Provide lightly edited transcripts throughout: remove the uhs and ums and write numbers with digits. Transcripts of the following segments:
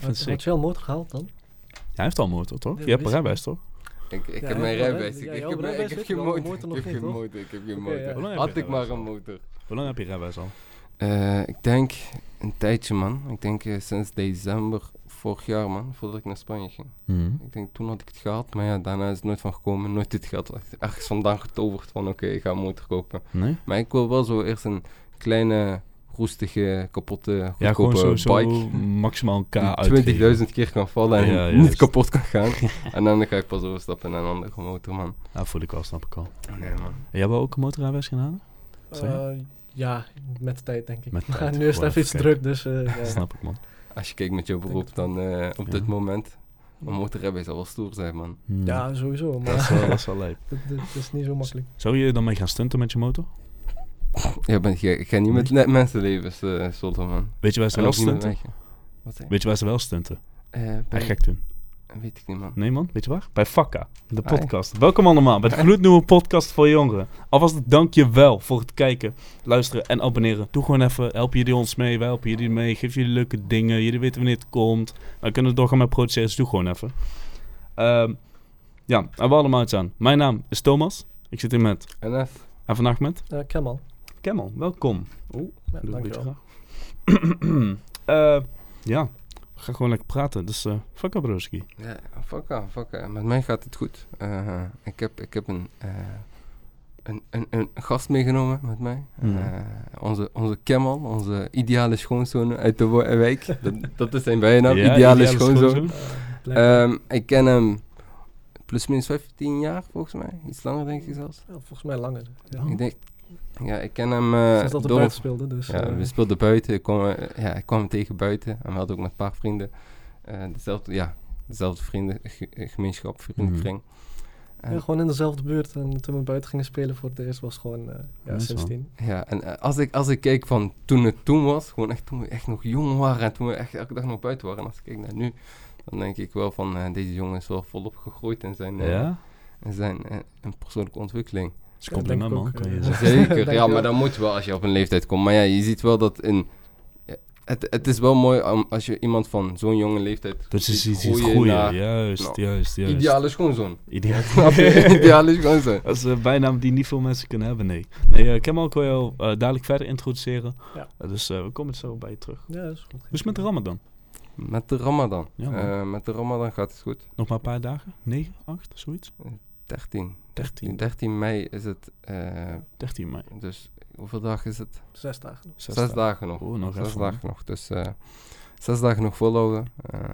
Had je al een motor gehaald dan? Hij heeft al een motor, toch? Ja, Je hebt een wist ik rijbewijs, toch? Ik Ja, heb mijn ja, rijbewijs. ja, Ik jouw heb rijbewijs geen heb je wel, motor. een motor nog Ik heb niet, geen toch? motor. Ik heb geen Oké, motor. ja. Hoe lang heb Had je ik maar rijbewijs een motor. Hoe lang heb je rijbewijs al? Ik denk een tijdje, man. Ik denk sinds december vorig jaar, man. Voordat ik naar Spanje ging. Ik denk toen had ik het gehad, maar ja, daarna is het nooit van gekomen. Nooit dit geld ergens vandaan getoverd van oké, ik ga een motor kopen. Nee? Maar ik wil wel zo eerst een kleine, roestige, kapotte, Ja, gewoon goedkope zo bike. maximaal een K Die uitgeven. 20.000 keer kan vallen en Ja, niet juist. kapot kan gaan. En dan ga ik pas overstappen naar een andere motor, man. Ja, voel ik wel, snap ik al. Nee, man. En jij hebt ook een motorrijbewijs gedaan? Ja, met de tijd denk ik. Met Maar tijd, nu is het gewoon even iets te even druk, dus ja. Snap ik, man. Als je kijkt met jouw beroep, dan op dit Ja. moment, een motorrijbewijs zal wel stoer zijn, man. Ja, sowieso. Dat Maar is wel leuk. dat is niet zo makkelijk. Zou je dan mee gaan stunten met je motor? Ja, ben gek. Ik ga niet met net mensenlevens solden, man. Weet je waar ze En wel ook niet met stunten? wegje. Wat zei je? Weet je waar ze wel stunten? Bij- Echt gek doen. Weet ik niet, man. Nee man, weet je waar? Bij Fakka, de Ah, ja. podcast. Welkom allemaal bij de gloednieuwe podcast voor jongeren. Alvast dank je wel voor het kijken, luisteren en abonneren. Doe gewoon even, helpen jullie ons mee, wij helpen jullie mee. Geef jullie leuke dingen, jullie weten wanneer het komt. We kunnen doorgaan met produceren, dus doe gewoon even. Ja, en we allemaal iets aan. Mijn naam is Thomas, ik zit hier met, NF. en vandaag met Kemal. Kemal, welkom. Oeh, Ja, doe een dankjewel. beetje ja, we gaan gewoon lekker praten, dus Fakka broski. Ja, fuck. Met mij gaat het goed. Ik heb een gast meegenomen met mij. Onze Kemal, onze ideale schoonzoon uit de wijk. Dat is zijn bijnaam, Ja, ideale schoonzoon. Blijkbaar. Ik ken hem plus minus 15 jaar volgens mij. Iets langer denk ik zelfs. Ja, volgens mij langer. Ja. Oh. Ik denk, ja, ik ken hem Sinds dat we door... buiten speelden, dus... Ja, we speelden buiten. Ik kwam hem tegen buiten. En we hadden ook met een paar vrienden dezelfde vriendengemeenschap, vriendenkring. ja, gewoon in dezelfde buurt. En toen we buiten gingen spelen voor het eerst was gewoon Nice, sindsdien. Ja, en als ik kijk van toen het toen was, gewoon echt toen we echt nog jong waren en toen we echt elke dag nog buiten waren. En als ik kijk naar nu, dan denk ik wel van deze jongen is wel volop gegroeid in zijn, in persoonlijke ontwikkeling. Dat is een compliment, denk ik man, ook, kan je ja. zeggen. Zeker, ja, Dankjewel. maar dat moet wel als je op een leeftijd komt. Maar ja, je ziet wel dat het is wel mooi als je iemand van zo'n jonge leeftijd Dat is ziet iets groeien, naar juist. ideale schoonzoon. Ideaal. Snap je? Ideale schoonzoon. Dat is een bijnaam die niet veel mensen kunnen hebben, nee. Kemal, ik wil jou dadelijk verder introduceren. Ja. Dus we komen zo bij je terug. Ja, dat is goed. Hoe is het met de Ramadan? Met de Ramadan. Ja, man. Met de Ramadan gaat het goed. Nog maar een paar dagen? 9, 8, zoiets? 13 mei is het. 13 mei. Dus hoeveel dagen is het? 6 dagen nog. 6 dagen nog. Oh, nog 6 even, dagen nog. Dus 6 dagen nog volhouden.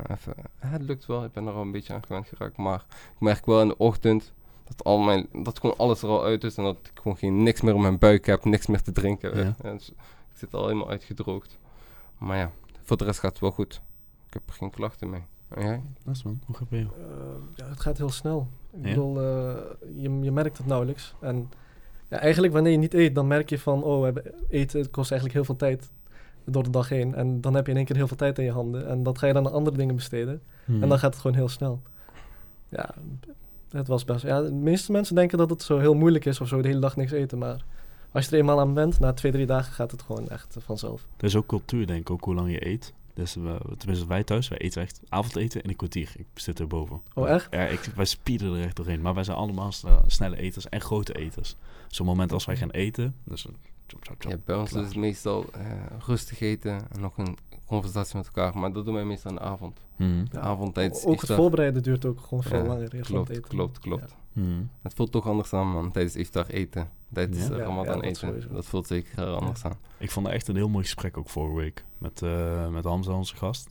Het lukt wel. Ik ben er al een beetje aan gewend geraakt. Maar ik merk wel in de ochtend dat gewoon alles er al uit is. En dat ik gewoon niks meer op mijn buik heb. Niks meer te drinken. Ja. Dus ik zit al helemaal uitgedroogd. Maar ja, voor de rest gaat het wel goed. Ik heb er geen klachten mee. En jij? Dat is man. Hoe gaat het bij jou? Ja, het gaat heel snel. Ik Ja? bedoel, je merkt het nauwelijks. En ja, eigenlijk wanneer je niet eet, dan merk je van... eten kost eigenlijk heel veel tijd door de dag heen. En dan heb je in één keer heel veel tijd in je handen. En dat ga je dan aan andere dingen besteden. En dan gaat het gewoon heel snel. Ja, het was best... Ja, de meeste mensen denken dat het zo heel moeilijk is of zo, de hele dag niks eten. Maar als je er eenmaal aan bent, na 2-3 dagen gaat het gewoon echt vanzelf. Er is ook cultuur, denk ik, ook hoe lang je eet. Dus tenminste wij thuis, wij eten echt avondeten in een kwartier. Ik zit erboven. Oh, echt? Ja, wij spieden er echt doorheen. Maar wij zijn allemaal snelle eters en grote eters. Zo'n moment als wij gaan eten, dus Ja, bij ons is het meestal rustig eten en nog een conversatie met elkaar. Maar dat doen wij meestal aan de avond. De avondtijd is Ook het voorbereiden duurt ook gewoon veel langer. Eerst van het eten. Klopt. Ja. Het voelt toch anders aan, man. Tijdens iftar eten. Tijdens Ja? Ramadan dat eten. sowieso. Dat voelt zeker anders aan. Ik vond het echt een heel mooi gesprek ook vorige week met Hamza, onze gast.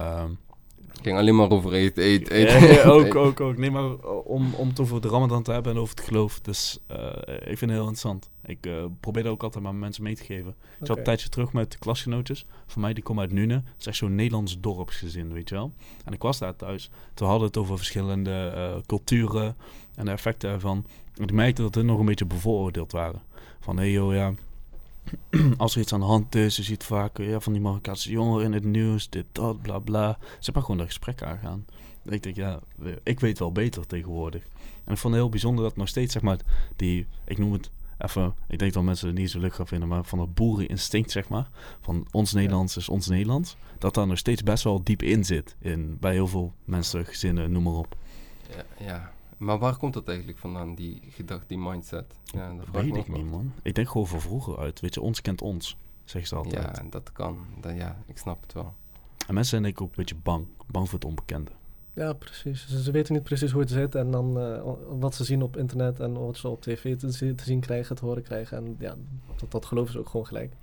Het ging alleen maar over eten. Ja, ook. Nee, maar om het over de Ramadan te hebben en over het geloof. Dus ik vind het heel interessant. Ik probeer dat ook altijd maar mensen mee te geven. Ik zat een tijdje terug met klasgenootjes. Van mij, die komen uit Nune. Het is echt zo'n Nederlands dorpsgezin, weet je wel. En ik was daar thuis. Toen hadden we het over verschillende culturen en de effecten ervan. En ik merkte dat er nog een beetje bevooroordeeld waren. Van, hé joh, ja... Als er iets aan de hand is, je ziet vaak van die Marokkaanse jongeren in het nieuws, dit, dat, bla bla. Ze maar gewoon dat gesprek aangaan. En ik denk, ja, ik weet wel beter tegenwoordig. En ik vond het heel bijzonder dat nog steeds, zeg maar, ik noem het even, ik denk dat mensen het niet zo leuk gaan vinden, maar van het boereninstinct, zeg maar, van ons Nederlands is ons Nederlands, dat daar nog steeds best wel diep in zit, bij heel veel mensen, gezinnen, noem maar op. Ja. Maar waar komt dat eigenlijk vandaan, die gedachte, die mindset? Ja, dat weet ik niet, man. Ik denk gewoon van vroeger uit. Weet je, ons kent ons, zeggen ze altijd. Ja, dat kan. Ik snap het wel. En mensen zijn denk ik ook een beetje bang voor het onbekende. Ja, precies. Ze weten niet precies hoe het zit en dan wat ze zien op internet en wat ze op tv te zien krijgen, te horen krijgen. En ja, dat geloven ze ook gewoon gelijk.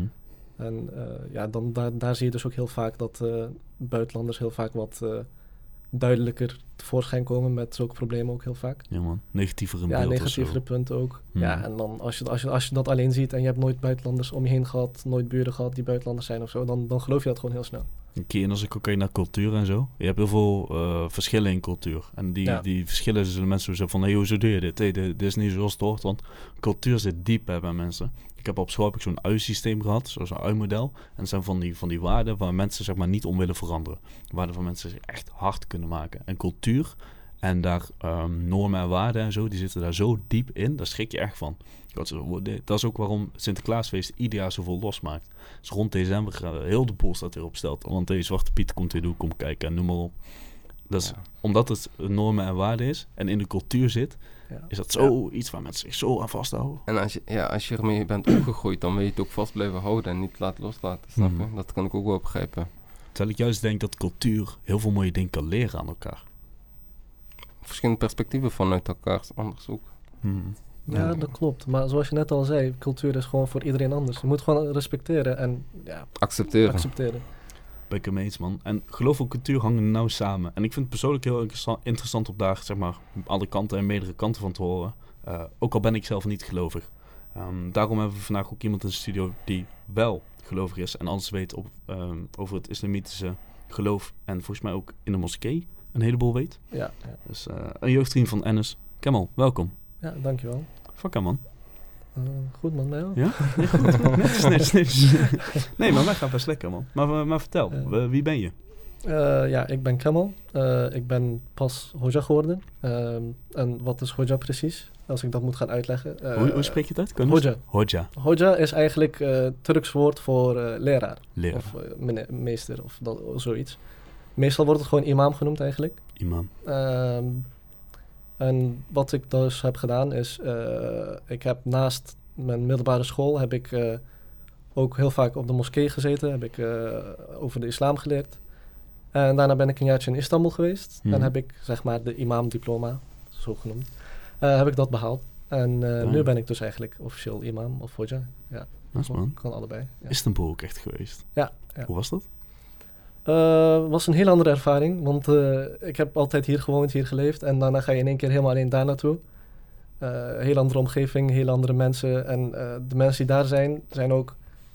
En daar zie je dus ook heel vaak dat buitenlanders heel vaak wat duidelijker tevoorschijn komen met zulke problemen ook heel vaak. Ja man, negatievere beeld. Ja, negatievere punten ook. Ja, en dan als je dat alleen ziet en je hebt nooit buitenlanders om je heen gehad, nooit buren gehad die buitenlanders zijn of zo, dan geloof je dat gewoon heel snel. En als ik ook kijk naar cultuur en zo, je hebt heel veel verschillen in cultuur. En die verschillen zullen mensen zeggen van, hoezo doe je dit? Dit is niet zoals het hoort, want cultuur zit diep bij mensen. Ik heb op school zo'n ui-systeem gehad, zo'n ui-model. En dat zijn van die waarden waar mensen zeg maar niet om willen veranderen. Waarden waar mensen zich echt hard kunnen maken. En cultuur en daar normen en waarden en zo, die zitten daar zo diep in, daar schrik je echt van. Dat is ook waarom Sinterklaasfeest ieder jaar zoveel losmaakt. Dus rond december heel de boel staat weer op stelt. Want deze Zwarte Piet komt weer kom kijken en noem maar op. Dat is, omdat het normen en waarden is en in de cultuur zit, is dat iets waar mensen zich zo aan vasthouden. En als je ermee bent opgegroeid, dan wil je het ook vast blijven houden en niet laten loslaten, snap je? Dat kan ik ook wel begrijpen. Terwijl ik juist denk dat cultuur heel veel mooie dingen kan leren aan elkaar. Verschillende perspectieven vanuit elkaar, anders ook. Ja, dat klopt. Maar zoals je net al zei, cultuur is gewoon voor iedereen anders. Je moet gewoon respecteren en accepteren. Ben ik ermee eens, man. En geloof en cultuur hangen nauw samen. En ik vind het persoonlijk heel interessant om daar, zeg maar, alle kanten en meerdere kanten van te horen. Ook al ben ik zelf niet gelovig. Daarom hebben we vandaag ook iemand in de studio die wel gelovig is en alles weet over het islamitische geloof. En volgens mij ook in de moskee een heleboel weet. Ja. Dus een jeugdvriend van Enes. Kemal, welkom. Ja, dankjewel. Fuck man. Goed man, mij ook. Ja? Netjes. Nee, maar wij gaan best lekker man. Maar vertel, wie ben je? Ik ben Kemal. Ik ben pas Hoja geworden. En wat is Hoja precies? Als ik dat moet gaan uitleggen. Hoe spreek je het uit? Hoja is eigenlijk Turks woord voor leraar. Of meester of zoiets. Meestal wordt het gewoon imam genoemd eigenlijk. Imam. En wat ik dus heb gedaan is, ik heb naast mijn middelbare school heb ik ook heel vaak op de moskee gezeten. Heb ik over de islam geleerd. En daarna ben ik een jaartje in Istanbul geweest. En heb ik zeg maar de imam-diploma, zo genoemd, heb ik dat behaald. En nu ben ik dus eigenlijk officieel imam of hoja. Ja, kan allebei. Ja. Istanbul ook echt geweest? Ja. Hoe was dat? Was een heel andere ervaring, want ik heb altijd hier gewoond, hier geleefd en daarna ga je in één keer helemaal alleen daar naartoe. Heel andere omgeving, heel andere mensen en de mensen die daar zijn ook,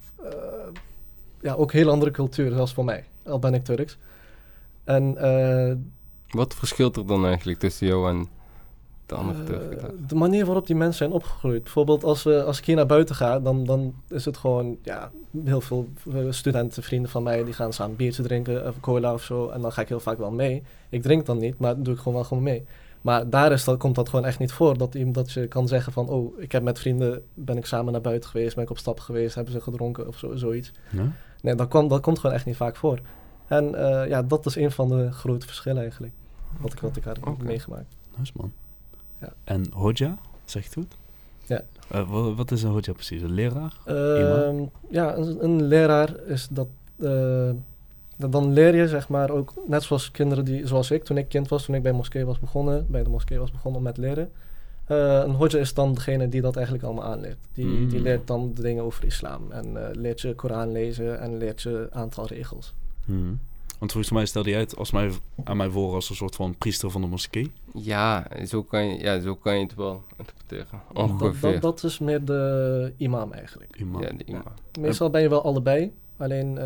ook heel andere cultuur, zelfs voor mij, al ben ik Turks. En, wat verschilt er dan eigenlijk tussen jou en de andere Turken? De manier waarop die mensen zijn opgegroeid. Bijvoorbeeld als ik hier naar buiten ga, dan is het gewoon, heel veel studenten, vrienden van mij, die gaan samen een biertje drinken, of cola of zo. En dan ga ik heel vaak wel mee. Ik drink dan niet, maar doe ik gewoon wel mee. Maar daar komt dat gewoon echt niet voor. Dat je kan zeggen van, ik heb met vrienden, ben ik samen naar buiten geweest, ben ik op stap geweest, hebben ze gedronken of zoiets. Ja? Nee, dat komt gewoon echt niet vaak voor. En dat is een van de grote verschillen eigenlijk. Wat ik had meegemaakt. Nice man. Ja. En Hoja, zeg je het goed? Ja. Wat is een Hoja precies? Een leraar? Een leraar is dat... dan leer je zeg maar ook, net zoals kinderen zoals ik, toen ik kind was, toen ik bij de moskee was begonnen met leren. Een Hoja is dan degene die dat eigenlijk allemaal aanleert. Die leert dan de dingen over islam. En leert je Koran lezen en leert je een aantal regels. Want volgens mij stelde jij het aan mij voor als een soort van priester van de moskee. Ja, zo kan je het wel interpreteren. Ongeveer. Dat is meer de imam eigenlijk. Ja, de imam. Ja. Meestal ben je wel allebei, alleen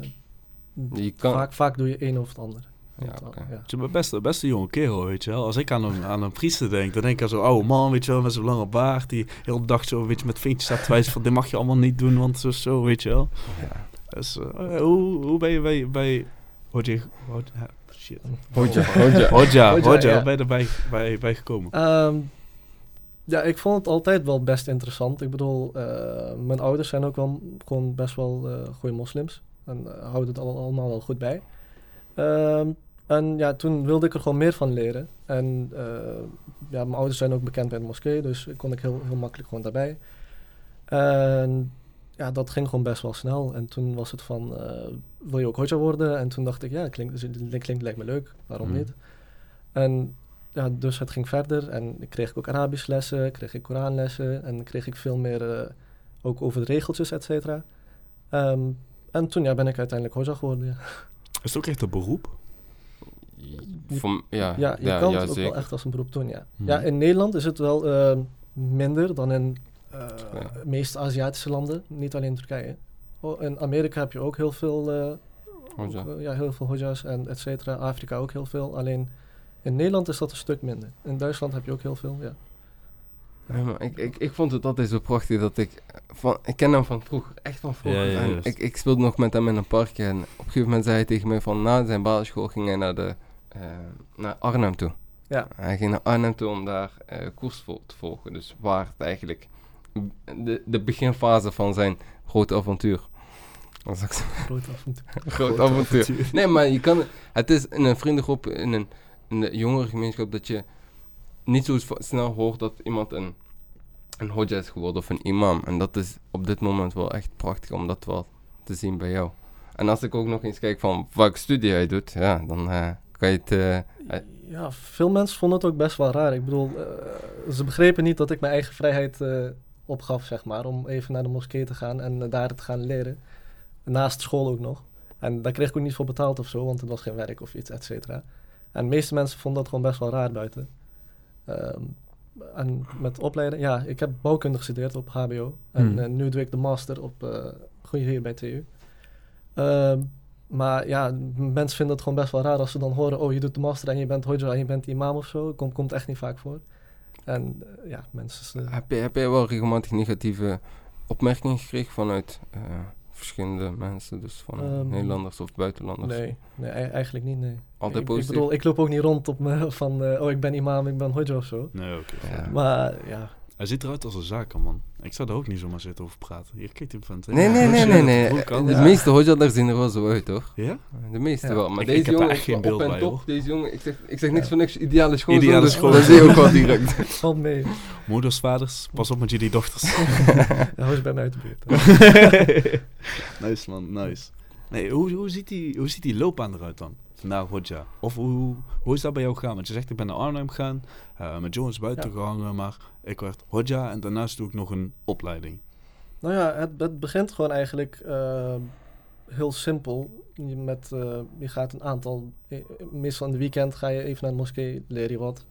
vaak doe je een of het ander. Ja, okay. Ja. Beste jonge kerel, weet je wel. Als ik aan een priester denk, dan denk ik aan zo'n oude man, weet je wel, met zo'n lange baard, die heel de dag zo, weet je, met vinkjes staat te wijzen van, dit mag je allemaal niet doen, want zo, weet je wel. Ja. Dus, hoe ben je bij Hoja, ben je erbij gekomen? Ja, ik vond het altijd wel best interessant. Ik bedoel, mijn ouders zijn ook wel gewoon best wel goede moslims. En houden het allemaal wel goed bij. En ja, toen wilde ik er gewoon meer van leren. En ja, mijn ouders zijn ook bekend bij de moskee, dus kon ik heel makkelijk gewoon daarbij. En ja, dat ging gewoon best wel snel. En toen was het van, wil je ook hodja worden? En toen dacht ik, ja, lijkt me leuk, waarom niet? En ja, dus het ging verder en kreeg ik ook Arabisch lessen, kreeg ik Koranlessen en kreeg ik veel meer ook over de regeltjes, et cetera. En toen ben ik uiteindelijk hodja geworden. Ja. Is het ook echt een beroep? Je kan het ook wel echt als een beroep doen, ja. Ja, in Nederland is het wel minder dan in de meeste Aziatische landen, niet alleen Turkije. In Amerika heb je ook heel veel heel veel hodja's en et cetera. Afrika ook heel veel, alleen in Nederland is dat een stuk minder. In Duitsland heb je ook heel veel, ja. Ja, maar ik vond het altijd zo prachtig dat ik ken hem van vroeger, echt van vroeger. Ja, en ik speelde nog met hem in een parkje en op een gegeven moment zei hij tegen mij van na zijn basisschool ging hij naar Arnhem toe. Ja. Hij ging naar Arnhem toe om daar koers te volgen. Dus waar het eigenlijk de beginfase van zijn grote avontuur. Groot avontuur. Nee, maar het is in een vriendengroep, in een jongere gemeenschap dat je niet zo snel hoort dat iemand een hodja is geworden of een imam. En dat is op dit moment wel echt prachtig om dat wel te zien bij jou. En als ik ook nog eens kijk van welke studie hij doet, ja, dan kan je het... Ja, veel mensen vonden het ook best wel raar. Ik bedoel, ze begrepen niet dat ik mijn eigen vrijheid opgaf, zeg maar, om even naar de moskee te gaan en daar te gaan leren. Naast school ook nog. En daar kreeg ik ook niet voor betaald of zo, want het was geen werk of iets, et cetera. En de meeste mensen vonden dat gewoon best wel raar buiten. En met opleiden, ja, ik heb bouwkunde gestudeerd op HBO. En nu doe ik de master hier bij TU. Maar ja, mensen vinden het gewoon best wel raar als ze dan horen, oh, je doet de master en je bent hodja en je bent imam of zo. Komt echt niet vaak voor. En ja, mensen... Heb jij wel regelmatig negatieve opmerkingen gekregen vanuit verschillende mensen, dus van Nederlanders of buitenlanders? Nee, eigenlijk niet, nee. Altijd positief? Ik bedoel, ik loop ook niet rond op me van, ik ben imam, ik ben hodja of zo. Nee, oké. Ja. Maar ja... Hij ziet eruit als een zakenman. Ik zou daar ook niet zomaar zitten over praten. Hier, kijk hem van. Nee. De meeste hodja's zien er wel zo uit, toch? Ja? De meeste wel. Maar ik deze heb jongen daar echt geen beeld bij, hoor. Deze jongen, ik zeg niks van niks, ideale schoonzoon. Ideale schoonzoon. Dat zie je ook wel direct. Valt mee. Moeders, vaders, pas op met jullie dochters. Ja, hou eens bij mij uit de buurt. Nice man, nice. Nee, hoe ziet die loopbaan eruit dan? Naar hodja. Of hoe is dat bij jou gegaan? Want je zegt, ik ben naar Arnhem gegaan, met jongens buiten gehangen, maar ik werd hodja en daarnaast doe ik nog een opleiding. Nou ja, het begint gewoon eigenlijk heel simpel. Je gaat een aantal, meestal in de weekend ga je even naar de moskee, leer je wat.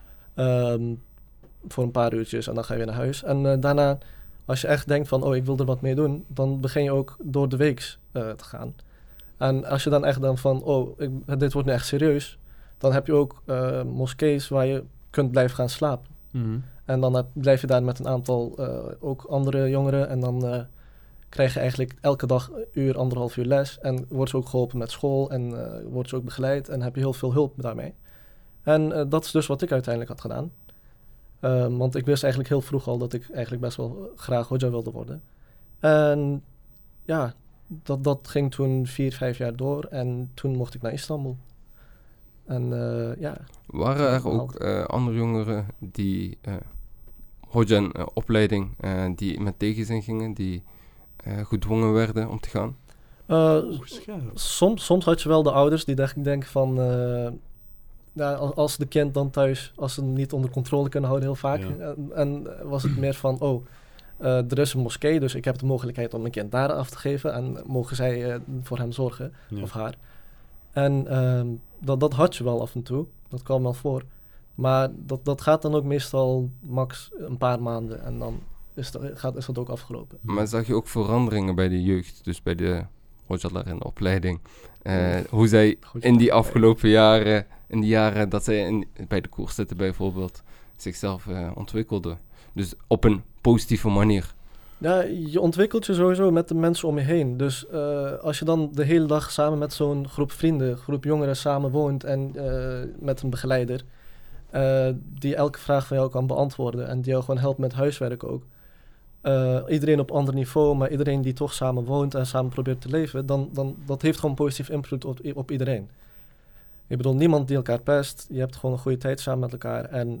Voor een paar uurtjes en dan ga je weer naar huis. En daarna, als je echt denkt van, ik wil er wat mee doen, dan begin je ook door de weeks te gaan. En als je dan echt van, dit wordt nu echt serieus, dan heb je ook moskees waar je kunt blijven gaan slapen. Mm-hmm. En dan blijf je daar met een aantal ook andere jongeren en dan krijg je eigenlijk elke dag 1,5 uur les. En wordt ze ook geholpen met school en wordt ze ook begeleid en heb je heel veel hulp daarmee. En dat is dus wat ik uiteindelijk had gedaan. Want ik wist eigenlijk heel vroeg al dat ik eigenlijk best wel graag hodja wilde worden. En ja, dat ging toen 4-5 jaar door en toen mocht ik naar Istanbul. En waren er ook andere jongeren die hodja opleiding die met tegenzin gingen, die gedwongen werden om te gaan? Soms had je wel de ouders die denken van... als de kind dan thuis, als ze hem niet onder controle kunnen houden heel vaak. Ja. En was het meer van, er is een moskee, dus ik heb de mogelijkheid om mijn kind daar af te geven. En mogen zij voor hem zorgen, of haar. En dat had je wel af en toe, dat kwam wel voor. Maar dat gaat dan ook meestal max een paar maanden en dan is dat ook afgelopen. Maar zag je ook veranderingen bij de jeugd, dus bij de hodjalar in de opleiding? Hoe zij in die afgelopen jaren, in die jaren dat zij bij de koers zitten bijvoorbeeld, zichzelf ontwikkelden. Dus op een positieve manier. Ja, je ontwikkelt je sowieso met de mensen om je heen. Dus als je dan de hele dag samen met zo'n groep vrienden, groep jongeren samen woont en met een begeleider, Die elke vraag van jou kan beantwoorden en die jou gewoon helpt met huiswerk ook. Iedereen op ander niveau, maar iedereen die toch samen woont en samen probeert te leven, dan dat heeft gewoon positief invloed op iedereen. Ik bedoel, niemand die elkaar pest. Je hebt gewoon een goede tijd samen met elkaar. En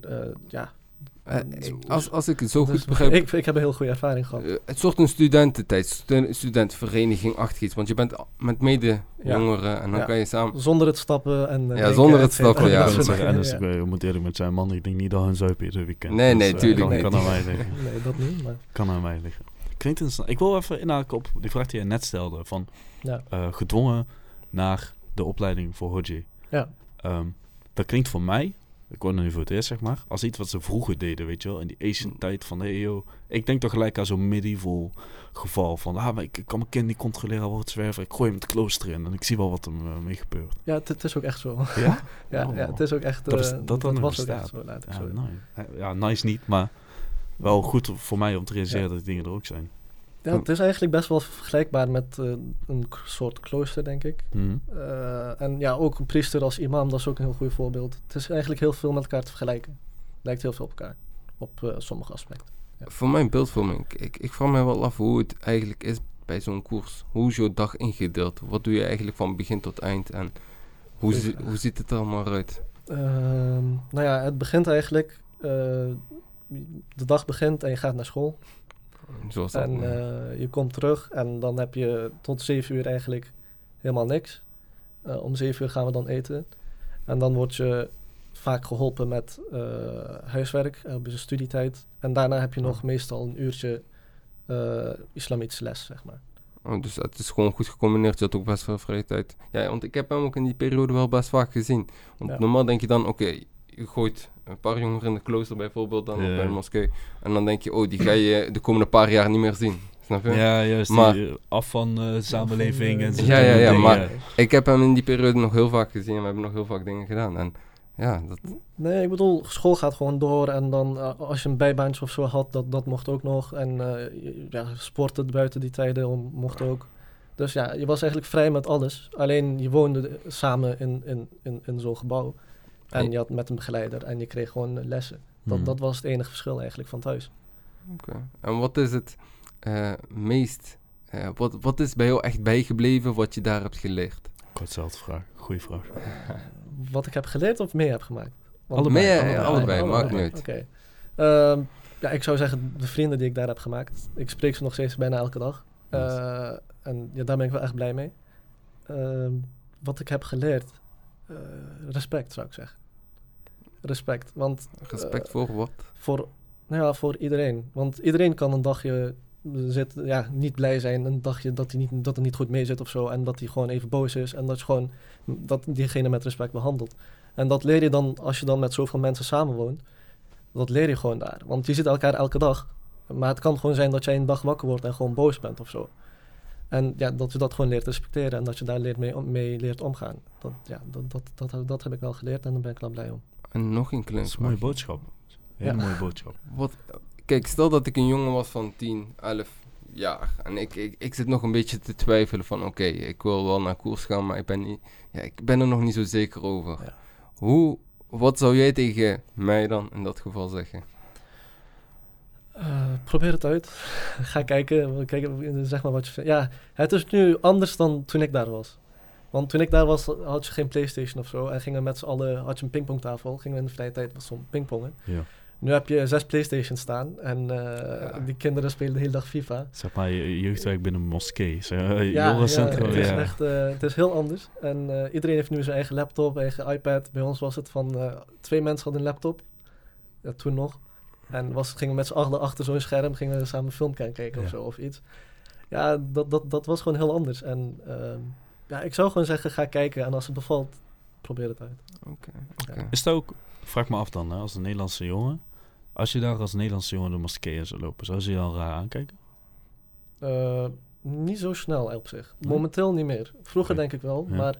Als ik het zo goed begrijp... Ik heb een heel goede ervaring gehad. Het soort een studententijd, studentenvereniging-achtig iets. Want je bent met mede-jongeren en dan kan je samen... Zonder het stappen en... zonder het stappen, ja. Ik moet eerlijk met zijn, man. Ik denk niet dat hun zuipen ieder weekend. Nee, tuurlijk niet. Kan aan mij liggen. Nee, dat niet, maar... Kan aan mij liggen. Klinkt interessant. Ik wil even inhaken op die vraag die je net stelde. Van gedwongen naar de opleiding voor Hodje. Ja. Dat klinkt voor mij, ik hoor het nu voor het eerst, zeg maar, als iets wat ze vroeger deden, weet je wel, in die Asian tijd van de EO. Ik denk toch gelijk aan zo'n medieval geval van, maar ik kan mijn kind niet controleren, wordt zwerver, ik gooi hem het klooster in en ik zie wel wat er mee gebeurt. Ja, het is ook echt zo. Ja? Ja, het is ook echt, dat was ook echt zo, laat ik zo. Ja, nice niet, maar wel goed voor mij om te realiseren dat die dingen er ook zijn. Ja, het is eigenlijk best wel vergelijkbaar met een soort klooster, denk ik. Mm-hmm. En ja, ook een priester als imam, dat is ook een heel goed voorbeeld. Het is eigenlijk heel veel met elkaar te vergelijken. Het lijkt heel veel op elkaar, op sommige aspecten. Ja. Voor mijn beeldvorming, ik vraag me wel af hoe het eigenlijk is bij zo'n koers. Hoe is jouw dag ingedeeld? Wat doe je eigenlijk van begin tot eind? En hoe ziet het er allemaal uit? Nou ja, het begint eigenlijk... de dag begint en je gaat naar school. Zoals dat, en je komt terug en dan heb je tot 7 uur eigenlijk helemaal niks. Om 7 uur gaan we dan eten. En dan word je vaak geholpen met huiswerk, op je studietijd. En daarna heb je nog meestal een uurtje islamitische les, zeg maar. Oh, dus het is gewoon goed gecombineerd. Je had ook best veel vrije tijd. Ja, want ik heb hem ook in die periode wel best vaak gezien. Want normaal denk je dan, oké, je gooit een paar jongeren in de klooster bijvoorbeeld, dan bij de moskee. En dan denk je, die ga je de komende paar jaar niet meer zien. Snap je? Ja, juist. Maar, af van samenleving en zo. Ja, maar ik heb hem in die periode nog heel vaak gezien en we hebben nog heel vaak dingen gedaan. En ja, dat... Nee, ik bedoel, school gaat gewoon door en dan als je een bijbaantje of zo had, dat mocht ook nog. En sporten buiten die tijden mocht ook. Dus ja, je was eigenlijk vrij met alles. Alleen je woonde samen in zo'n gebouw. En je had met een begeleider en je kreeg gewoon lessen. Dat was het enige verschil eigenlijk van thuis. Oké. En wat is het meest... wat is bij jou echt bijgebleven wat je daar hebt geleerd? Kortzelfde vraag. Goeie vraag. Wat ik heb geleerd of mee heb gemaakt? Allebei. Maakt niet uit. Oké. Ik zou zeggen de vrienden die ik daar heb gemaakt. Ik spreek ze nog steeds bijna elke dag. En ja, daar ben ik wel echt blij mee. Wat ik heb geleerd... respect, zou ik zeggen. Respect, want... Respect voor wat? Voor iedereen. Want iedereen kan een dagje niet blij zijn. Een dagje dat het niet goed mee zit of zo. En dat hij gewoon even boos is. En dat diegene met respect behandelt. En dat leer je dan, als je dan met zoveel mensen samenwoont. Dat leer je gewoon daar. Want je ziet elkaar elke dag. Maar het kan gewoon zijn dat jij een dag wakker wordt en gewoon boos bent of zo. En ja, dat je dat gewoon leert respecteren en dat je daar mee leert omgaan. Dat heb ik wel geleerd en daar ben ik wel blij om. En nog een klein Dat is een mooie boodschap. Hele mooie boodschap. Kijk, stel dat ik een jongen was van 10, 11 jaar. En ik zit nog een beetje te twijfelen van oké, ik wil wel naar koers gaan, maar ik ben er nog niet zo zeker over. Ja. Wat zou jij tegen mij dan in dat geval zeggen? Probeer het uit. Ga kijken, zeg maar wat je vindt. Ja, het is nu anders dan toen ik daar was. Want toen ik daar was, had je geen PlayStation of zo. En gingen we met z'n allen, had je een pingpongtafel. Gingen we in de vrije tijd wat zo'n pingpongen. Ja. Nu heb je 6 PlayStations staan. En die kinderen spelen de hele dag FIFA. Zeg maar, jeugdwerk binnen een moskee. Het is heel anders. En iedereen heeft nu zijn eigen laptop, eigen iPad. Bij ons was het van 2 mensen hadden een laptop. Ja, toen nog. En gingen we met z'n allen achter zo'n scherm, gingen we samen een film kijken of zo of iets. Ja, dat was gewoon heel anders. En ik zou gewoon zeggen, ga kijken. En als het bevalt, probeer het uit. Oké. Ja. Is het ook, vraag me af dan, als een Nederlandse jongen. Als je daar als Nederlandse jongen de moskee zou lopen, zou ze je dan raar aankijken? Niet zo snel op zich. Momenteel niet meer. Vroeger denk ik wel. Ja. Maar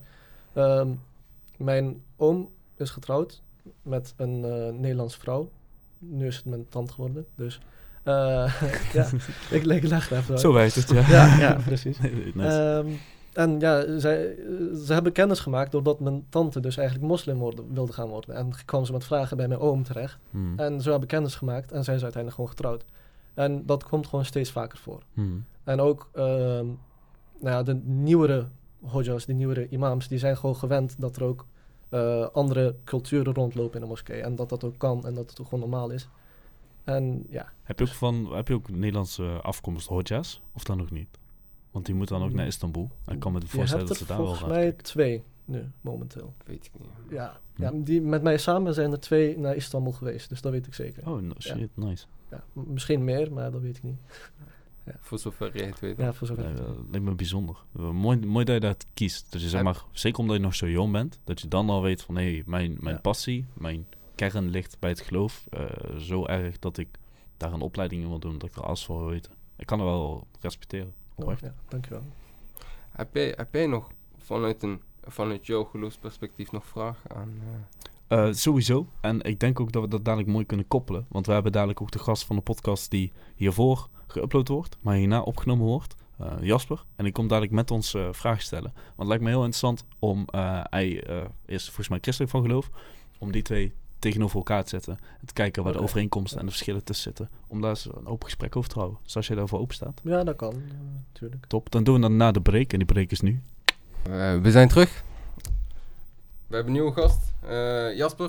mijn oom is getrouwd met een Nederlandse vrouw. Nu is het mijn tante geworden, dus ik leg er even uit. Zo wijst het, ja. Ja, precies. Nice. En ja, ze hebben kennis gemaakt doordat mijn tante dus eigenlijk moslim wilde gaan worden. En kwam ze met vragen bij mijn oom terecht. En zo hebben kennis gemaakt en zijn ze uiteindelijk gewoon getrouwd. En dat komt gewoon steeds vaker voor. En ook de nieuwere hodjas, die nieuwere imams, die zijn gewoon gewend dat er ook andere culturen rondlopen in de moskee. En dat ook kan en dat het ook gewoon normaal is. En ja. Heb je ook Nederlandse afkomst hodjas? Of dan nog niet? Want die moet dan ook naar Istanbul. En ik kan me voorstellen dat ze daar wel volgens mij 2 nu, momenteel. Weet ik niet. Ja, die met mij samen zijn er 2 naar Istanbul geweest. Dus dat weet ik zeker. Oh, shit, nice. Ja, misschien meer, maar dat weet ik niet. Ja. Voor zover je het weet. Ja, voor zover. Dat lijkt me bijzonder. Mooi dat je dat kiest. Dus je zeg maar, zeker omdat je nog zo jong bent, dat je dan al weet van, hé, mijn passie, mijn kern ligt bij het geloof. Zo erg dat ik daar een opleiding in wil doen, dat ik er alles voor wil weten. Ik kan er wel respecteren. Ja, dankjewel. Heb jij nog vanuit jouw geloofsperspectief nog vragen aan... Sowieso. En ik denk ook dat we dat dadelijk mooi kunnen koppelen. Want we hebben dadelijk ook de gast van de podcast die hiervoor geüpload wordt, maar hierna opgenomen wordt. Jasper. En die komt dadelijk met ons vragen stellen. Want het lijkt me heel interessant om... hij is volgens mij christelijk van geloof. Om die 2 tegenover elkaar te zetten. En te kijken waar de overeenkomsten en de verschillen tussen zitten. Om daar eens een open gesprek over te houden. Dus als jij daarvoor open staat. Ja, dat kan. Natuurlijk. Top. Dan doen we dat na de break. En die break is nu. We zijn terug. We hebben een nieuwe gast. Jasper.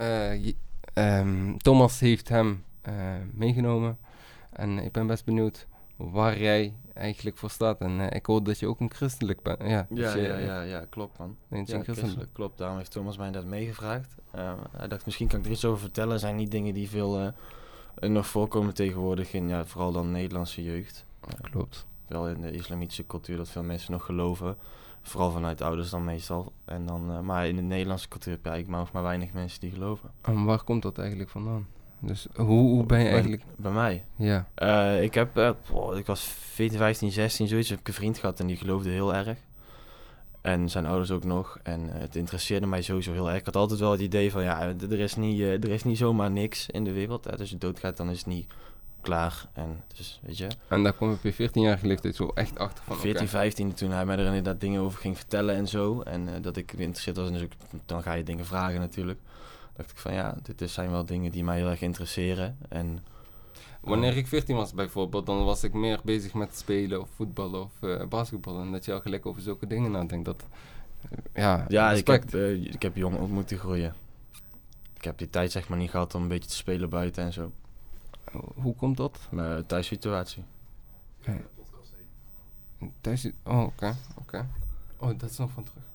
Thomas heeft hem meegenomen. En ik ben best benieuwd waar jij eigenlijk voor staat. En ik hoor dat je ook een christelijk bent. Ja, klopt man. Christelijk, klopt. Daarom heeft Thomas mij dat meegevraagd. Hij dacht, misschien kan ik er iets over vertellen. Er zijn niet dingen die veel nog voorkomen tegenwoordig in, vooral dan Nederlandse jeugd. Klopt. Wel in de islamitische cultuur dat veel mensen nog geloven. Vooral vanuit ouders dan meestal. En dan, maar in de Nederlandse cultuur heb je eigenlijk maar weinig mensen die geloven. En waar komt dat eigenlijk vandaan? Dus hoe ben je eigenlijk... Bij mij? Ja. Ik was 14, 15, 16, zoiets. Heb ik een vriend gehad en die geloofde heel erg. En zijn ouders ook nog. En het interesseerde mij sowieso heel erg. Ik had altijd wel het idee van, er is niet zomaar niks in de wereld. Als je doodgaat, dan is het niet klaar. En dus, weet je. En daar kom je op je 14-jarige leeftijd zo echt achter van. 14, 15, toen hij mij er inderdaad dingen over ging vertellen en zo. En dat ik geïnteresseerd was. En dus dan ga je dingen vragen natuurlijk. Dacht ik van dit zijn wel dingen die mij heel erg interesseren. En wanneer ik 14 was bijvoorbeeld, dan was ik meer bezig met spelen of voetballen of basketballen. En dat je al gelijk over zulke dingen nadenkt. Ik heb jong ook moeten groeien. Ik heb die tijd zeg maar niet gehad om een beetje te spelen buiten en zo. Hoe komt dat? Mijn thuissituatie. Oké. Oh, dat is nog van terug.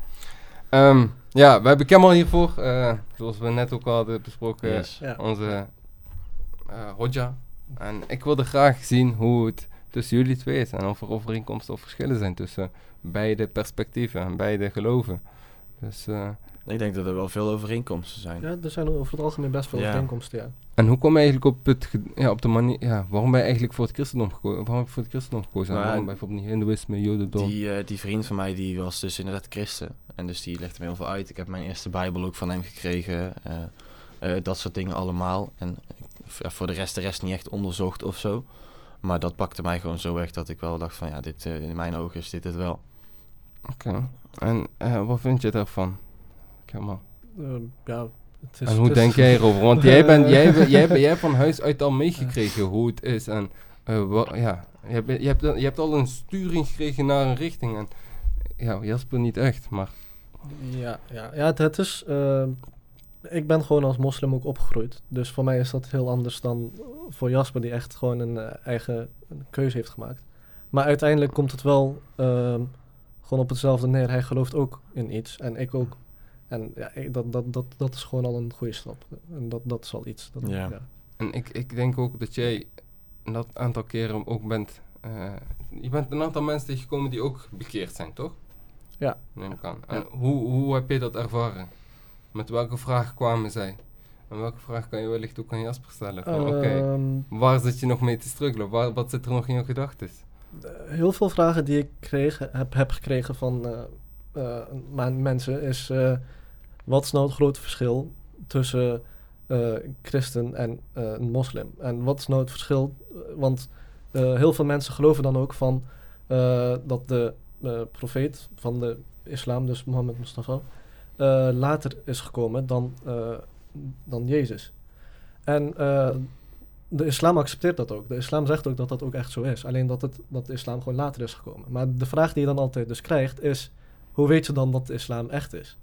We hebben Kemal hiervoor. Zoals we net ook al hadden besproken. Yes. Onze hodja. En ik wilde graag zien hoe het tussen jullie 2 is. En of er overeenkomsten of verschillen zijn tussen beide perspectieven en beide geloven. Dus... ik denk dat er wel veel overeenkomsten zijn. Ja, er zijn over het algemeen best veel overeenkomsten, ja. En hoe kom je eigenlijk op de manier... waarom ben je eigenlijk voor het christendom gekozen? Waarom heb je voor het christendom gekozen? Waarom bijvoorbeeld niet hindoeïsme, jodendom? Die vriend van mij, die was dus inderdaad christen. En dus die legde me heel veel uit. Ik heb mijn eerste bijbel ook van hem gekregen. Dat soort dingen allemaal. En voor de rest niet echt onderzocht of zo. Maar dat pakte mij gewoon zo weg dat ik wel dacht van... dit in mijn ogen is dit het wel. Oké. En wat vind je daarvan? Kemal? En hoe denk jij erover? Want jij hebt van huis uit al meegekregen hoe het is. En je hebt al een sturing gekregen naar een richting. En Jasper niet echt, maar... Ja, het is... ik ben gewoon als moslim ook opgegroeid. Dus voor mij is dat heel anders dan voor Jasper, die echt gewoon een eigen keuze heeft gemaakt. Maar uiteindelijk komt het wel gewoon op hetzelfde neer. Hij gelooft ook in iets en ik ook. En dat is gewoon al een goede stap. En dat is al iets. En ik denk ook dat jij dat aantal keren ook bent... je bent een aantal mensen tegengekomen die ook bekeerd zijn, toch? Ja. Neem ik aan. En hoe heb je dat ervaren? Met welke vragen kwamen zij? En welke vraag kan je wellicht ook aan Jasper stellen? Van waar zit je nog mee te struggelen? Wat zit er nog in je gedachten? Heel veel vragen die ik heb gekregen van mensen is... wat is nou het grote verschil tussen christen en een moslim? En wat is nou het verschil? Want heel veel mensen geloven dan ook van dat de profeet van de islam, dus Mohammed Mustafa, later is gekomen dan Jezus. En de islam accepteert dat ook. De islam zegt ook dat dat ook echt zo is. Alleen dat de islam gewoon later is gekomen. Maar de vraag die je dan altijd dus krijgt is, hoe weet je dan dat de islam echt is?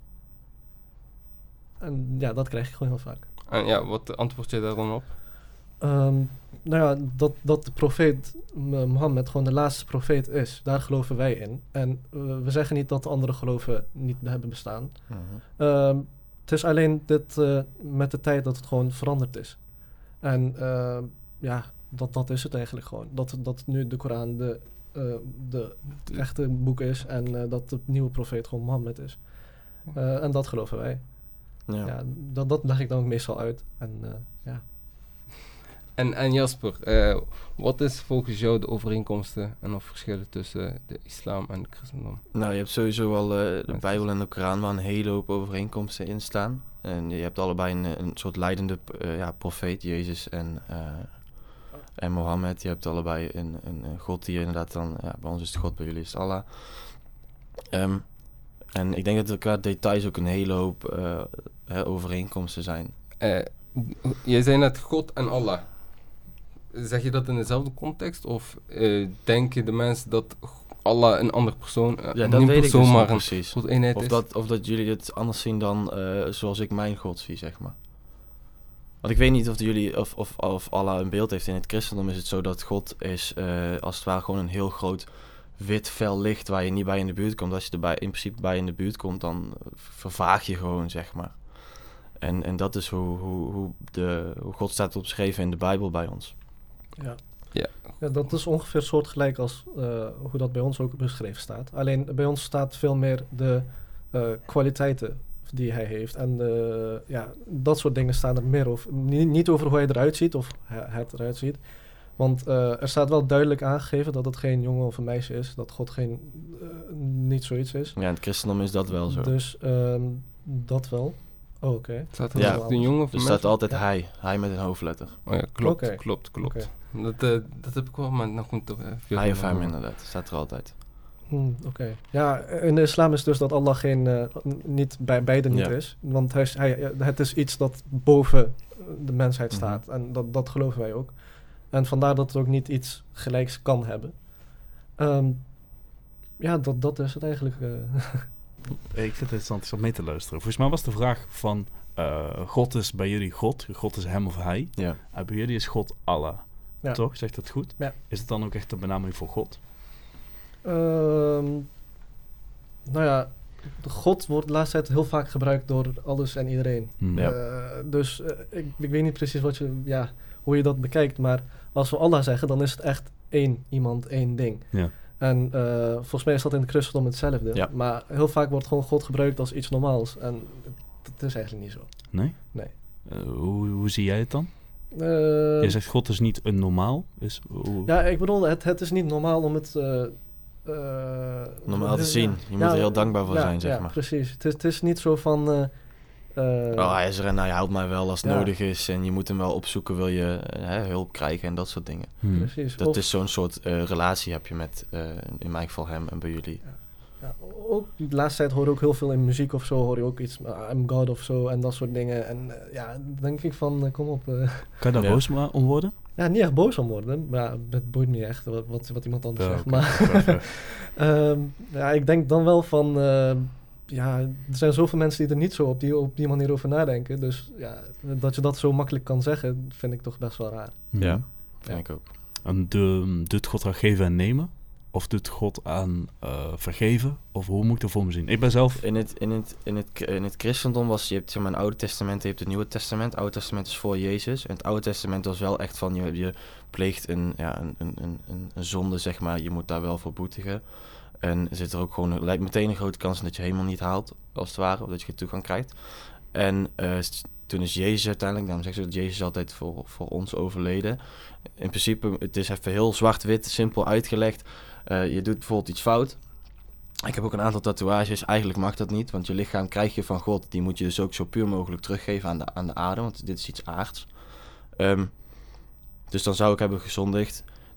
En ja, dat krijg je gewoon heel vaak. En ja, wat antwoord je daar dan op? Nou ja, dat de profeet Mohammed gewoon de laatste profeet is. Daar geloven wij in. En we zeggen niet dat de andere geloven niet hebben bestaan. Het is alleen met de tijd dat het gewoon veranderd is. En ja, dat is het eigenlijk gewoon. Dat nu de Koran de echte boek is en dat de nieuwe profeet gewoon Mohammed is. En dat geloven wij. Ja, dat leg ik dan ook meestal uit. En ja. En Jasper, wat is volgens jou de overeenkomsten en of verschillen tussen de islam en het christendom? Nou, je hebt sowieso al de Bijbel en de Koran waar een hele hoop overeenkomsten in staan. En je hebt allebei een soort leidende profeet, Jezus en Mohammed. Je hebt allebei een God die inderdaad dan, bij ons is het God, bij jullie is het Allah. En ik denk dat er qua details ook een hele hoop overeenkomsten zijn. Jij zei net God en Allah. Zeg je dat in dezelfde context? Of denken de mensen dat Allah een andere persoon, ja, dat weet persoon, ik dus maar niet precies. God eenheid is? Of dat jullie het anders zien dan zoals ik mijn God zie, zeg maar. Want ik weet niet of jullie of Allah een beeld heeft. In het christendom is het zo dat God is als het ware gewoon een heel groot wit fel licht waar je niet bij in de buurt komt. Als je er in principe bij in de buurt komt, dan vervaag je gewoon, zeg maar. En dat is hoe God staat opgeschreven in de Bijbel bij ons. Ja, dat is ongeveer soortgelijk als hoe dat bij ons ook beschreven staat. Alleen bij ons staat veel meer de kwaliteiten die hij heeft. En dat soort dingen staan er meer over. Niet over hoe hij eruit ziet of het eruit ziet. Want er staat wel duidelijk aangegeven dat het geen jongen of een meisje is. Dat God niet zoiets is. Ja, in het christendom is dat wel zo. Dus dat wel. Oh, oké. Staat er een jongen of een er staat altijd hij. Hij met een hoofdletter. Oh ja, klopt, Okay. klopt. Okay. Dat heb ik wel, maar nog moet hij of hem inderdaad, staat er altijd. Oké. Ja, in de islam is dus dat Allah beide niet is. Want het is iets dat boven de mensheid staat. En dat geloven wij ook. En vandaar dat het ook niet iets gelijks kan hebben. Ja, dat is het eigenlijk. Ik vind het interessant om mee te luisteren. Volgens mij was de vraag van God is bij jullie God. God is hem of hij. Ja. En bij jullie is God Allah. Ja. Toch? Zegt dat goed? Ja. Is het dan ook echt een benaming voor God? Nou ja, God wordt de laatste tijd heel vaak gebruikt door alles en iedereen. Ja. Dus ik weet niet precies hoe je dat bekijkt. Maar als we Allah zeggen, dan is het echt één iemand, één ding. Ja. En volgens mij is dat in het christendom hetzelfde. Ja. Maar heel vaak wordt gewoon God gebruikt als iets normaals. En dat is eigenlijk niet zo. Nee? Nee. Hoe zie jij het dan? Je zegt God is niet een normaal. Ja, ik bedoel, het is niet normaal om het... normaal te zien. Je moet er heel dankbaar voor zijn, zeg maar. Ja, precies. Het is niet zo van... hij is er en hij helpt mij wel als het nodig is. En je moet hem wel opzoeken, wil je hulp krijgen en dat soort dingen. Precies. Dat is zo'n soort relatie heb je met, in mijn geval hem en bij jullie. Ja, ook de laatste tijd hoor je ook heel veel in muziek of zo, hoor je ook iets, I'm God of zo en dat soort dingen. En denk ik van, kom op. Kan je daar boos om worden? Ja, niet echt boos om worden, maar het boeit me echt wat iemand anders zegt. Maar ik denk dan wel van, er zijn zoveel mensen die er niet zo op die manier over nadenken. Dus dat je dat zo makkelijk kan zeggen, vind ik toch best wel raar. Ja, vind ik ook. En doet God aan geven en nemen? Of doet God aan vergeven? Of hoe moet ik dat voor me zien? Ik ben zelf... In het christendom je hebt een Oude Testament, je hebt het Nieuwe Testament. Het Oude Testament is voor Jezus. En het Oude Testament was wel echt van, je pleegt een zonde, zeg maar. Je moet daar wel voor boetigen. En zit er ook gewoon, lijkt meteen een grote kans dat je helemaal niet haalt, als het ware. Of dat je geen toegang krijgt. En toen is Jezus uiteindelijk, daarom zeggen ze dat Jezus altijd voor ons overleden. In principe, het is even heel zwart-wit, simpel uitgelegd. Je doet bijvoorbeeld iets fout. Ik heb ook een aantal tatoeages. Eigenlijk mag dat niet, want je lichaam krijg je van God. Die moet je dus ook zo puur mogelijk teruggeven aan de aarde, want dit is iets aards. Dus dan zou ik hebben gezondigd.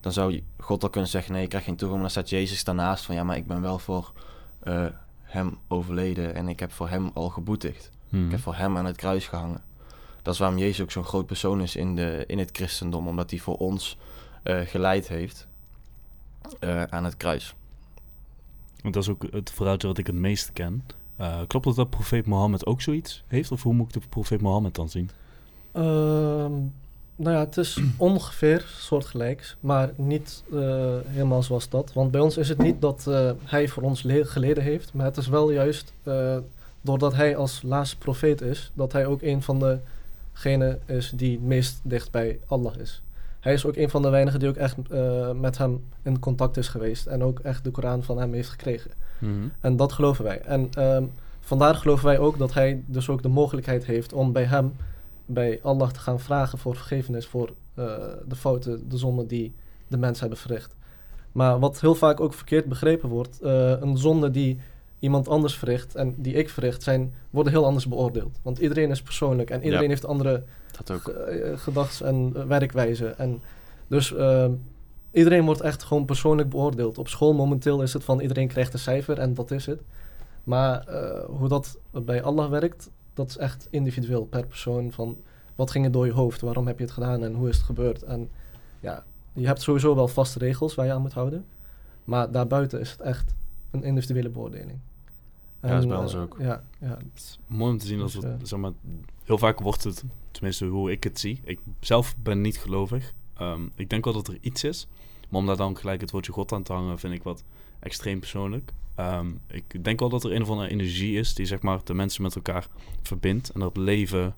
dan zou God al kunnen zeggen, nee, je krijgt geen toegang. Maar dan staat Jezus daarnaast van, ja, maar ik ben wel voor hem overleden en ik heb voor hem al geboetigd. Ik heb voor hem aan het kruis gehangen. Dat is waarom Jezus ook zo'n groot persoon is in het christendom, omdat hij voor ons geleid heeft aan het kruis. Want dat is ook het verhaaltje wat ik het meest ken. Klopt het dat profeet Mohammed ook zoiets heeft? Of hoe moet ik de profeet Mohammed dan zien? Nou ja, het is ongeveer soortgelijks, maar niet helemaal zoals dat. Want bij ons is het niet dat hij voor ons geleden heeft, maar het is wel juist doordat hij als laatste profeet is, dat hij ook een van degenen is die het meest dicht bij Allah is. Hij is ook een van de weinigen die ook echt met hem in contact is geweest en ook echt de Koran van hem heeft gekregen. Mm-hmm. En dat geloven wij. En vandaar geloven wij ook dat hij dus ook de mogelijkheid heeft om bij hem, bij Allah te gaan vragen voor vergiffenis voor de fouten, de zonden die de mensen hebben verricht. Maar wat heel vaak ook verkeerd begrepen wordt, een zonde die iemand anders verricht en die ik verricht, worden heel anders beoordeeld. Want iedereen is persoonlijk en iedereen heeft andere gedachten en werkwijze. En dus iedereen wordt echt gewoon persoonlijk beoordeeld. Op school momenteel is het van iedereen krijgt een cijfer en dat is het. Maar hoe dat bij Allah werkt, dat is echt individueel per persoon. Van wat ging er door je hoofd, waarom heb je het gedaan en hoe is het gebeurd. En ja, je hebt sowieso wel vaste regels waar je aan moet houden. Maar daarbuiten is het echt een individuele beoordeling. En, dat is bij ons ook. Ja. Het is mooi om te zien dat zeg maar, heel vaak wordt het, tenminste hoe ik het zie. Ik zelf ben niet gelovig. Ik denk wel dat er iets is. Maar om daar dan gelijk het woordje God aan te hangen, vind ik wat extreem persoonlijk. Ik denk wel dat er een of andere energie is die zeg maar de mensen met elkaar verbindt. En dat leven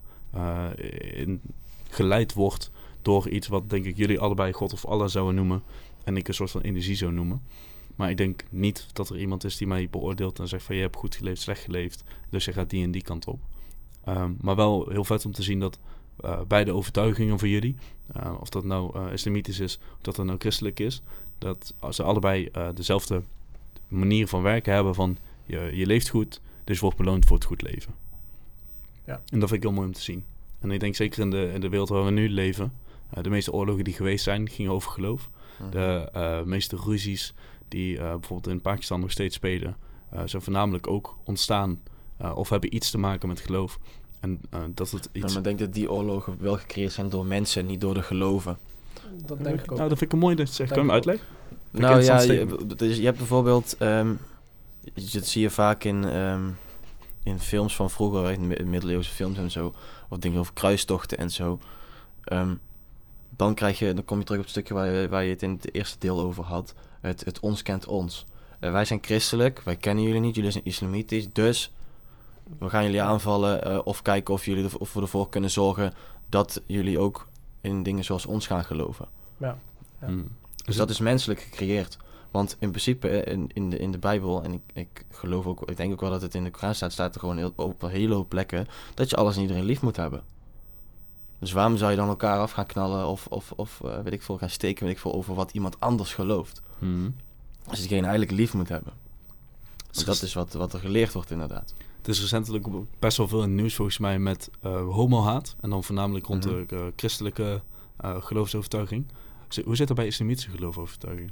geleid wordt door iets wat denk ik jullie allebei God of Allah zouden noemen. En ik een soort van energie zou noemen. Maar ik denk niet dat er iemand is die mij beoordeelt en zegt van je hebt goed geleefd, slecht geleefd. Dus je gaat die en die kant op. Maar wel heel vet om te zien dat beide overtuigingen van jullie, of dat nou islamitisch is, of dat nou christelijk is, dat ze allebei dezelfde manier van werken hebben van je leeft goed, dus je wordt beloond voor het goed leven. Ja. En dat vind ik heel mooi om te zien. En ik denk zeker in de wereld waar we nu leven, de meeste oorlogen die geweest zijn, gingen over geloof. De meeste ruzies die bijvoorbeeld in Pakistan nog steeds spelen, zijn voornamelijk ook ontstaan of hebben iets te maken met geloof. En dat het iets... maar ik denk dat die oorlogen wel gecreëerd zijn door mensen, niet door de geloven. Dat denk ik ook. Nou, dat vind ik een mooi dat je zegt. Kan je hem uitleggen? Nou ja, je hebt bijvoorbeeld, dat zie je vaak in films van vroeger, in middeleeuwse films en zo, of dingen over kruistochten en zo. Dan kom je terug op het stukje waar je het in het eerste deel over had. Het ons kent ons. Wij zijn christelijk, wij kennen jullie niet, jullie zijn islamitisch, dus we gaan jullie aanvallen of kijken of we ervoor kunnen zorgen dat jullie ook in dingen zoals ons gaan geloven. Ja. Dus dat is menselijk gecreëerd. Want in principe in de Bijbel, en ik geloof ook, ik denk ook wel dat het in de Koran staat er gewoon op een hele hoop plekken dat je alles en iedereen lief moet hebben. Dus waarom zou je dan elkaar af gaan knallen of weet ik veel, gaan steken, weet ik veel, over wat iemand anders gelooft? Als je diegene eigenlijk lief moet hebben. Dus dat is wat er geleerd wordt inderdaad. Het is recentelijk best wel veel in het nieuws volgens mij met homohaat. En dan voornamelijk rond de christelijke geloofsovertuiging. Hoe zit dat bij islamitische geloofsovertuiging?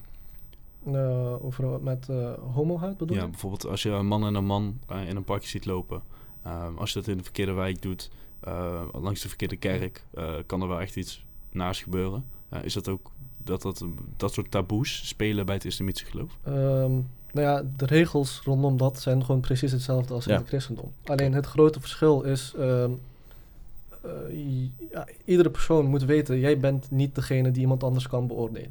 Met homohaat bedoel je? Ja, bijvoorbeeld als je een man en een man in een parkje ziet lopen. Als je dat in de verkeerde wijk doet, langs de verkeerde kerk, kan er wel echt iets naars gebeuren. Is dat ook dat soort taboes spelen bij het islamitische geloof? Nou ja, de regels rondom dat zijn gewoon precies hetzelfde als in het christendom. Alleen het grote verschil is, iedere persoon moet weten, jij bent niet degene die iemand anders kan beoordelen.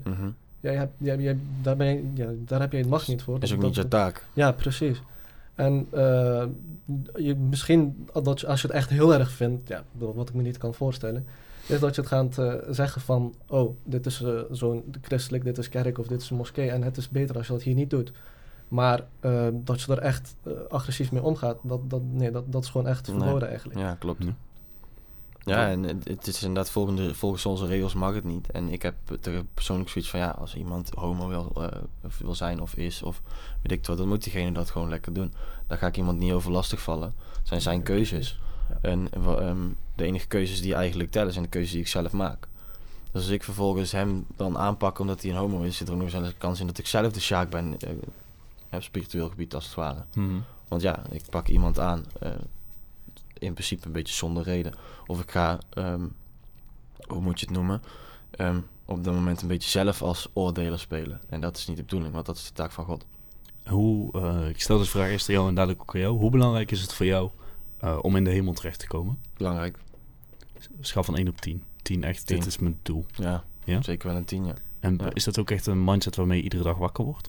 Daar heb je het macht niet voor. Dat is ook niet je taak. Ja, precies. En misschien dat als je het echt heel erg vindt, wat ik me niet kan voorstellen, is dat je het gaat zeggen van, dit is zo'n christelijk, dit is kerk of dit is een moskee en het is beter als je dat hier niet doet. Maar dat je er echt agressief mee omgaat, dat is gewoon echt verboden eigenlijk. Ja, klopt. Ja, en het is inderdaad volgens onze regels mag het niet. En ik heb persoonlijk zoiets van, als iemand homo wil zijn of is, of weet ik wat, dan moet diegene dat gewoon lekker doen. Daar ga ik iemand niet over lastig vallen. Het zijn keuzes. Ja. En de enige keuzes die eigenlijk tellen zijn de keuzes die ik zelf maak. Dus als ik vervolgens hem dan aanpak omdat hij een homo is, zit er ook nog eens een kans in dat ik zelf de Sjaak ben op spiritueel gebied als het ware. Want ja, ik pak iemand aan, in principe een beetje zonder reden. Of ik ga, hoe moet je het noemen, op dat moment een beetje zelf als oordeler spelen. En dat is niet de bedoeling, want dat is de taak van God. Ik stel dus de vraag eerst aan jou en dadelijk ook aan jou. Hoe belangrijk is het voor jou om in de hemel terecht te komen? Belangrijk. Schaal van 1 op 10. 10 echt, 10. Dit is mijn doel. Ja, zeker wel een 10, ja. En is dat ook echt een mindset waarmee je iedere dag wakker wordt?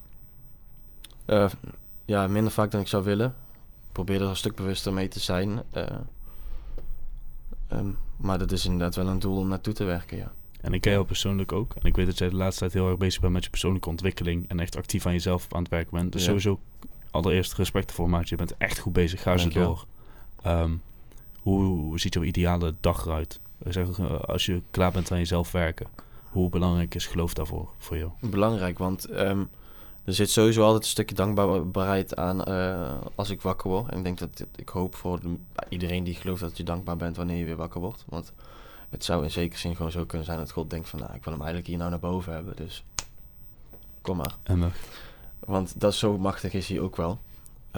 Ja, minder vaak dan ik zou willen. Ik probeer er een stuk bewuster mee te zijn. Maar dat is inderdaad wel een doel om naartoe te werken, ja. En ik ken jou persoonlijk ook. En ik weet dat jij de laatste tijd heel erg bezig bent met je persoonlijke ontwikkeling. En echt actief aan jezelf aan het werken bent. Dus sowieso allereerst respect ervoor, maatje. Je bent echt goed bezig. Ga zo door. Hoe ziet jouw ideale dag eruit? Als je klaar bent aan jezelf werken. Hoe belangrijk is geloof daarvoor voor jou? Belangrijk, want er zit sowieso altijd een stukje dankbaarheid aan als ik wakker word. En ik denk ik hoop voor iedereen die gelooft dat je dankbaar bent wanneer je weer wakker wordt. Want het zou in zekere zin gewoon zo kunnen zijn dat God denkt van, nou, ik wil hem eigenlijk hier nou naar boven hebben, dus kom maar. Want dat zo machtig is hij ook wel.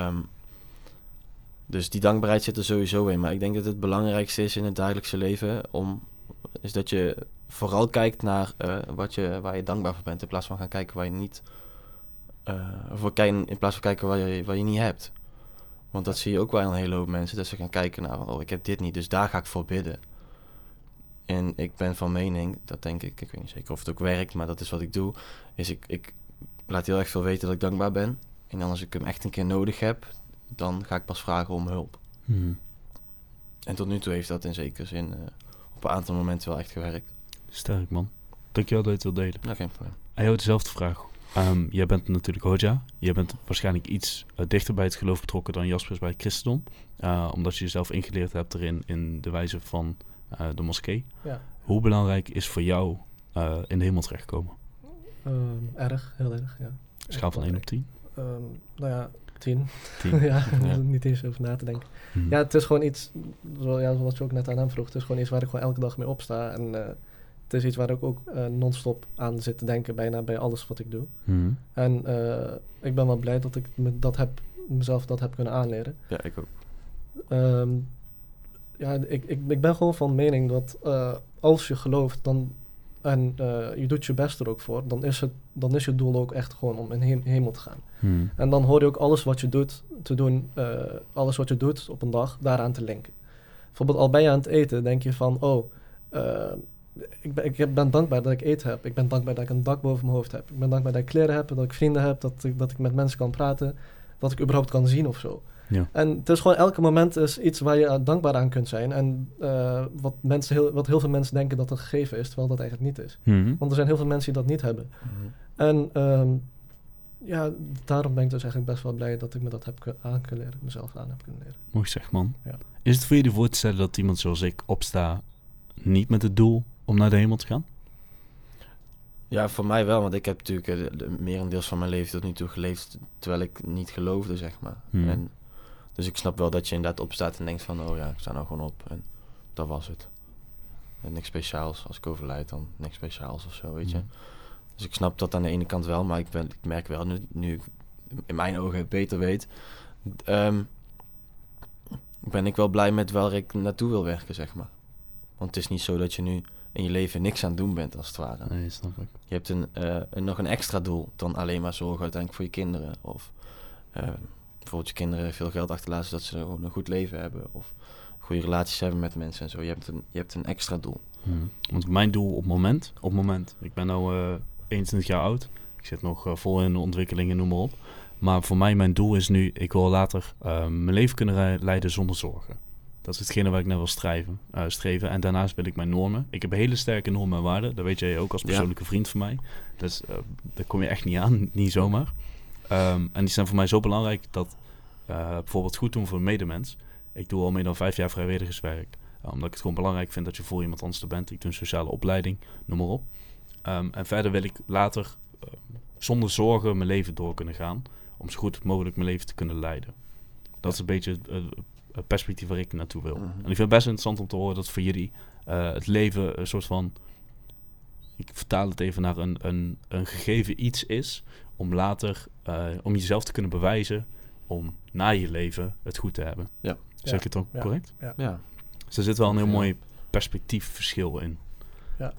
Dus die dankbaarheid zit er sowieso in. Maar ik denk dat het belangrijkste is in het dagelijkse leven is dat je vooral kijkt naar waar je dankbaar voor bent, in plaats van gaan kijken waar je niet in plaats van kijken waar je niet hebt. Want dat zie je ook wel in een hele hoop mensen, dat ze gaan kijken naar, ik heb dit niet, dus daar ga ik voor bidden. En ik ben van mening, dat denk ik weet niet zeker of het ook werkt, maar dat is wat ik doe, is ik laat heel erg veel weten dat ik dankbaar ben. En dan als ik hem echt een keer nodig heb, dan ga ik pas vragen om hulp. En tot nu toe heeft dat in zekere zin op een aantal momenten wel echt gewerkt. Sterk, man. Dankjewel dat je het wil delen. Nou, geen probleem. En jou dezelfde vraag. Jij bent natuurlijk Hodja. Jij bent waarschijnlijk iets dichter bij het geloof betrokken dan Jaspers bij het christendom. Omdat je jezelf ingeleerd hebt erin in de wijze van de moskee. Ja. Hoe belangrijk is voor jou in de hemel terechtkomen? Heel erg, ja. Schaal van 1 op 10? 10. 10. Ja, niet eens over na te denken. Ja, het is gewoon iets, zoals je ook net aan hem vroeg, het is gewoon iets waar ik gewoon elke dag mee opsta. En het is iets waar ik ook non-stop aan zit te denken, bijna bij alles wat ik doe. En ik ben wel blij dat ik mezelf dat heb kunnen aanleren. Ja, ik ook. Ik ben gewoon van mening dat als je gelooft en je doet je best er ook voor, dan is je doel ook echt gewoon om in hemel te gaan. En dan hoor je ook alles wat je doet te doen, alles wat je doet op een dag, daaraan te linken. Bijvoorbeeld al ben je aan het eten, denk je van, ik ben dankbaar dat ik eten heb. Ik ben dankbaar dat ik een dak boven mijn hoofd heb. Ik ben dankbaar dat ik kleren heb, dat ik vrienden heb, dat ik met mensen kan praten, dat ik überhaupt kan zien of zo. Ja. En het is gewoon elke moment is iets waar je dankbaar aan kunt zijn. En wat heel veel mensen denken dat een gegeven is, terwijl dat eigenlijk niet is. Want er zijn heel veel mensen die dat niet hebben. En daarom ben ik dus eigenlijk best wel blij dat ik me dat heb mezelf aan heb kunnen leren. Mooi zeg, man. Ja. Is het voor je voor te stellen dat iemand zoals ik opsta niet met het doel om naar de hemel te gaan? Ja, voor mij wel, want ik heb natuurlijk merendeels van mijn leven tot nu toe geleefd terwijl ik niet geloofde, zeg maar. En dus ik snap wel dat je inderdaad opstaat en denkt van, ik sta nou gewoon op en dat was het. En niks speciaals, als ik overlijd dan niks speciaals of zo, weet je. Dus ik snap dat aan de ene kant wel, maar ik merk wel, nu ik in mijn ogen het beter weet, ben ik wel blij met waar ik naartoe wil werken, zeg maar. Want het is niet zo dat je nu in je leven niks aan het doen bent, als het ware. Nee, snap ik. Je hebt nog een extra doel dan alleen maar zorgen uiteindelijk voor je kinderen. Of bijvoorbeeld je kinderen veel geld achterlaten zodat ze gewoon een goed leven hebben. Of goede relaties hebben met mensen en zo. Je hebt een extra doel. Want mijn doel op moment. Ik ben nu 21 jaar oud. Ik zit nog vol in de ontwikkelingen, noem maar op. Maar voor mij, mijn doel is nu, ik wil later mijn leven kunnen leiden zonder zorgen. Dat is hetgene waar ik naar wil streven. En daarnaast wil ik mijn normen. Ik heb hele sterke normen en waarden. Dat weet jij ook als persoonlijke vriend van mij. Dus daar kom je echt niet aan. Niet zomaar. En die zijn voor mij zo belangrijk dat bijvoorbeeld goed doen voor een medemens. Ik doe al meer dan 5 jaar vrijwilligerswerk. Omdat ik het gewoon belangrijk vind dat je voor iemand anders er bent. Ik doe een sociale opleiding, noem maar op. En verder wil ik later zonder zorgen mijn leven door kunnen gaan. Om zo goed mogelijk mijn leven te kunnen leiden. Dat is een beetje het perspectief waar ik naartoe wil. En ik vind het best interessant om te horen dat voor jullie het leven een soort van ik vertaal het even naar een gegeven iets is om later, om jezelf te kunnen bewijzen, om na je leven het goed te hebben. Ja. Zeg ik het ook correct? Ja. Dus er zit wel een heel mooi perspectiefverschil in. Ja.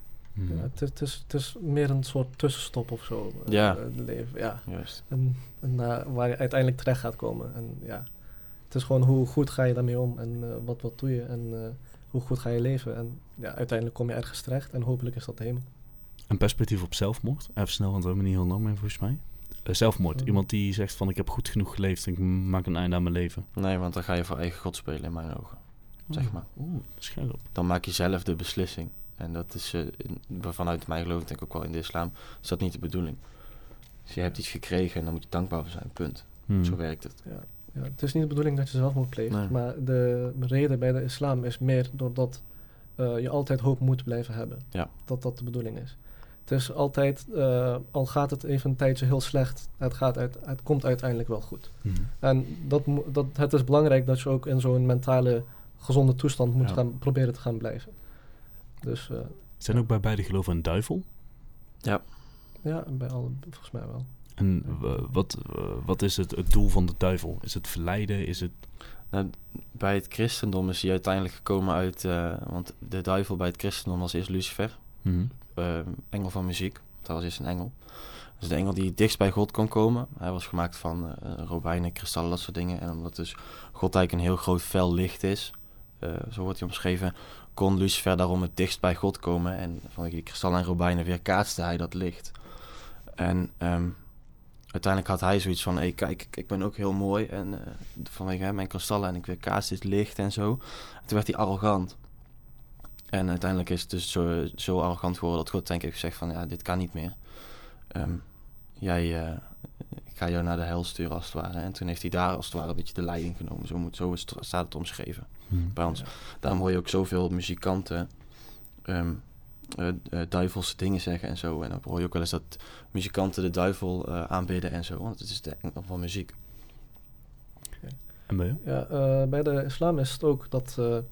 Het is meer een soort tussenstop of zo. Het leven, ja. Juist. En waar je uiteindelijk terecht gaat komen. En ja, het is gewoon hoe goed ga je daarmee om en wat doe je en hoe goed ga je leven. En ja, uiteindelijk kom je ergens terecht en hopelijk is dat de hemel. Een perspectief op zelfmoord. Even snel, want we hebben niet heel lang meer volgens mij. Zelfmoord. Iemand die zegt van ik heb goed genoeg geleefd en ik maak een einde aan mijn leven. Nee, want dan ga je voor eigen God spelen in mijn ogen. Zeg maar. Scherp. Dan maak je zelf de beslissing. En dat is, vanuit mijn geloof, denk ik ook wel in de islam, is dat niet de bedoeling. Dus je hebt iets gekregen en dan moet je dankbaar voor zijn, punt. Zo werkt het. Ja, het is niet de bedoeling dat je zelfmoord pleegt, Nee. maar de reden bij de islam is meer doordat je altijd hoop moet blijven hebben. Ja. Dat de bedoeling is. Het is altijd, al gaat het even een tijdje heel slecht, het komt uiteindelijk wel goed. En het is belangrijk dat je ook in zo'n mentale gezonde toestand moet gaan proberen te gaan blijven. Dus, zijn ook bij beide geloven een duivel? Ja. Ja, bij alle volgens mij wel. En wat is het doel van de duivel? Is het verleiden? Is het... Nou, bij het christendom is hij uiteindelijk gekomen uit... want de duivel bij het christendom was eerst Lucifer. Engel van muziek. Dat was eerst een engel. Dus de engel die het dichtst bij God kon komen. Hij was gemaakt van robijnen, kristallen, dat soort dingen. En omdat dus God eigenlijk een heel groot fel licht is... zo wordt hij omschreven... kon Lucifer daarom het dichtst bij God komen. En vanwege die kristallen en robijnen weerkaatste hij dat licht. En uiteindelijk had hij zoiets van... Hey, kijk, ik ben ook heel mooi. En vanwege mijn kristallen en ik weerkaats dit licht en zo. En toen werd hij arrogant. En uiteindelijk is het dus zo arrogant geworden... dat God denk ik zegt van... ja, dit kan niet meer. Ik ga jou naar de hel sturen als het ware. En toen heeft hij daar als het ware een beetje de leiding genomen. Zo staat het omschreven bij ons. Daarom hoor je ook zoveel muzikanten duivelse dingen zeggen en zo. En dan hoor je ook wel eens dat muzikanten de duivel aanbidden en zo. Want het is de engel van muziek. En bij je? Ja, bij de islam is het ook dat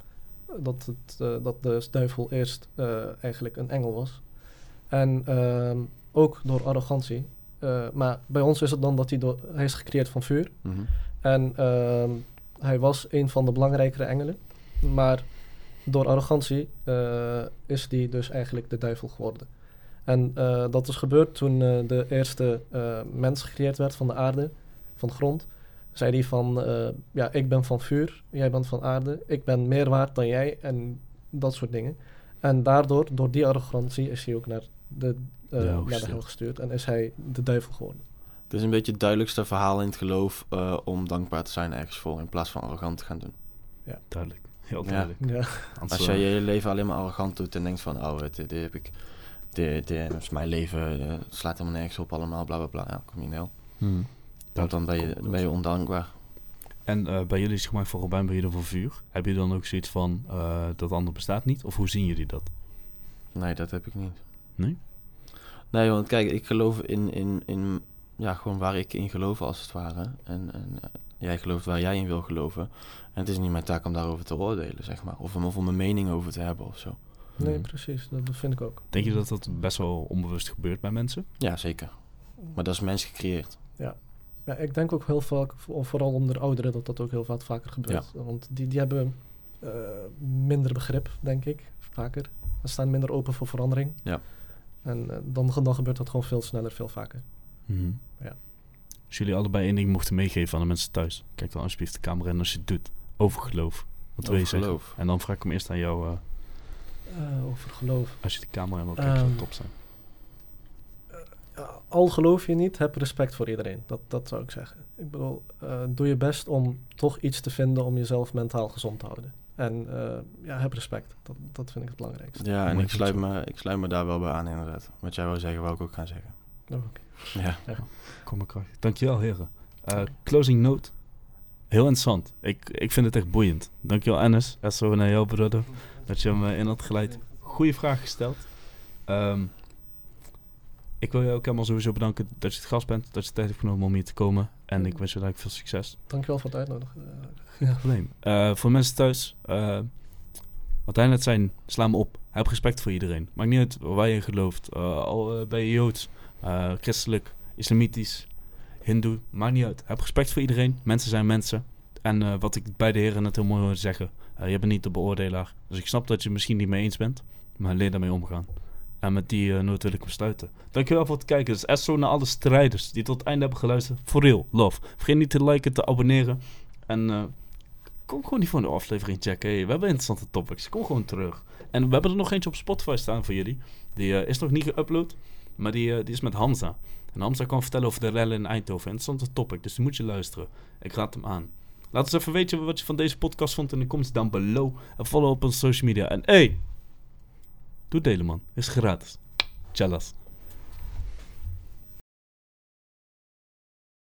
de duivel eerst eigenlijk een engel was. En ook door arrogantie. Maar bij ons is het dan dat hij is gecreëerd van vuur. Mm-hmm. En hij was een van de belangrijkere engelen. Maar door arrogantie is hij dus eigenlijk de duivel geworden. En dat is gebeurd toen de eerste mens gecreëerd werd van de aarde, van de grond. Zei hij van, ik ben van vuur, jij bent van aarde, ik ben meer waard dan jij en dat soort dingen. En daardoor, door die arrogantie, is hij ook naar de hel gestuurd en is hij de duivel geworden. Het is een beetje het duidelijkste verhaal in het geloof om dankbaar te zijn ergens voor, in plaats van arrogant te gaan doen. Ja, duidelijk. Heel duidelijk. Ja. Als jij je leven alleen maar arrogant doet en denkt van, dit is mijn leven, het slaat helemaal nergens op allemaal, bla bla bla, ja, kom je in de hel. Dan ben je ondankbaar. En bij jullie, zeg maar, voor Robijn ben je er voor vuur. Heb je dan ook zoiets van, dat ander bestaat niet? Of hoe zien jullie dat? Nee, dat heb ik niet. Nee? Nee, want kijk, ik geloof in gewoon waar ik in geloof als het ware. En jij gelooft waar jij in wil geloven. En het is niet mijn taak om daarover te oordelen, zeg maar. Of om een mening over te hebben of zo. Nee, precies. Dat vind ik ook. Denk je dat dat best wel onbewust gebeurt bij mensen? Ja, zeker. Maar dat is mens gecreëerd. Ja, ik denk ook heel vaak, vooral onder ouderen, dat ook heel vaker gebeurt. Ja. Want die hebben minder begrip, denk ik, vaker. Ze staan minder open voor verandering. Ja. En dan gebeurt dat gewoon veel sneller, veel vaker. Mm-hmm. Ja. Als jullie allebei één ding mochten meegeven aan de mensen thuis, kijk dan alsjeblieft de camera in als je het doet. Over geloof. Wat wil je zeggen? En dan vraag ik hem eerst aan jou. Over geloof. Als je de camera in wil kijken, zou het top zijn. Al geloof je niet, heb respect voor iedereen. Dat zou ik zeggen. Ik bedoel, doe je best om toch iets te vinden om jezelf mentaal gezond te houden. En heb respect. Dat vind ik het belangrijkste. Ja, en ik sluit me daar wel bij aan, inderdaad. Wat jij wou zeggen, wou ik ook gaan zeggen. Oh, okay. Ja. Kom maar krachtig. Dankjewel, heren. Closing note. Heel interessant. Ik vind het echt boeiend. Dankjewel, Enes. Zo naar jou, broeder. Dat je hem in had geleid. Goeie vraag gesteld. Ik wil je ook helemaal sowieso bedanken dat je het gast bent. Dat je tijd hebt genomen om hier te komen. En ik wens je eigenlijk veel succes. Dankjewel voor het uitnodigen. Geen probleem. Voor mensen thuis. Wat hij net zei, sla me op. Heb respect voor iedereen. Maakt niet uit waar je gelooft. Al ben je Joods, christelijk, islamitisch, hindoe. Maakt niet uit. Heb respect voor iedereen. Mensen zijn mensen. En wat ik bij de heren net heel mooi hoorde zeggen. Je bent niet de beoordelaar. Dus ik snap dat je het misschien niet mee eens bent. Maar leer daarmee omgaan. En met die noot wil ik besluiten. Dankjewel voor het kijken. Dus Esso naar alle strijders die tot het einde hebben geluisterd. For real, love. Vergeet niet te liken, te abonneren. En kom gewoon die volgende aflevering checken. Hey, we hebben interessante topics. Kom gewoon terug. En we hebben er nog eentje op Spotify staan voor jullie. Die is nog niet geüpload. Maar die is met Hamza. En Hamza kan vertellen over de rellen in Eindhoven. Interessante topic. Dus die moet je luisteren. Ik raad hem aan. Laat eens even weten wat je van deze podcast vond in de comments down below. En follow op onze social media. En hey, doe delen man. Is gratis. Tjallas.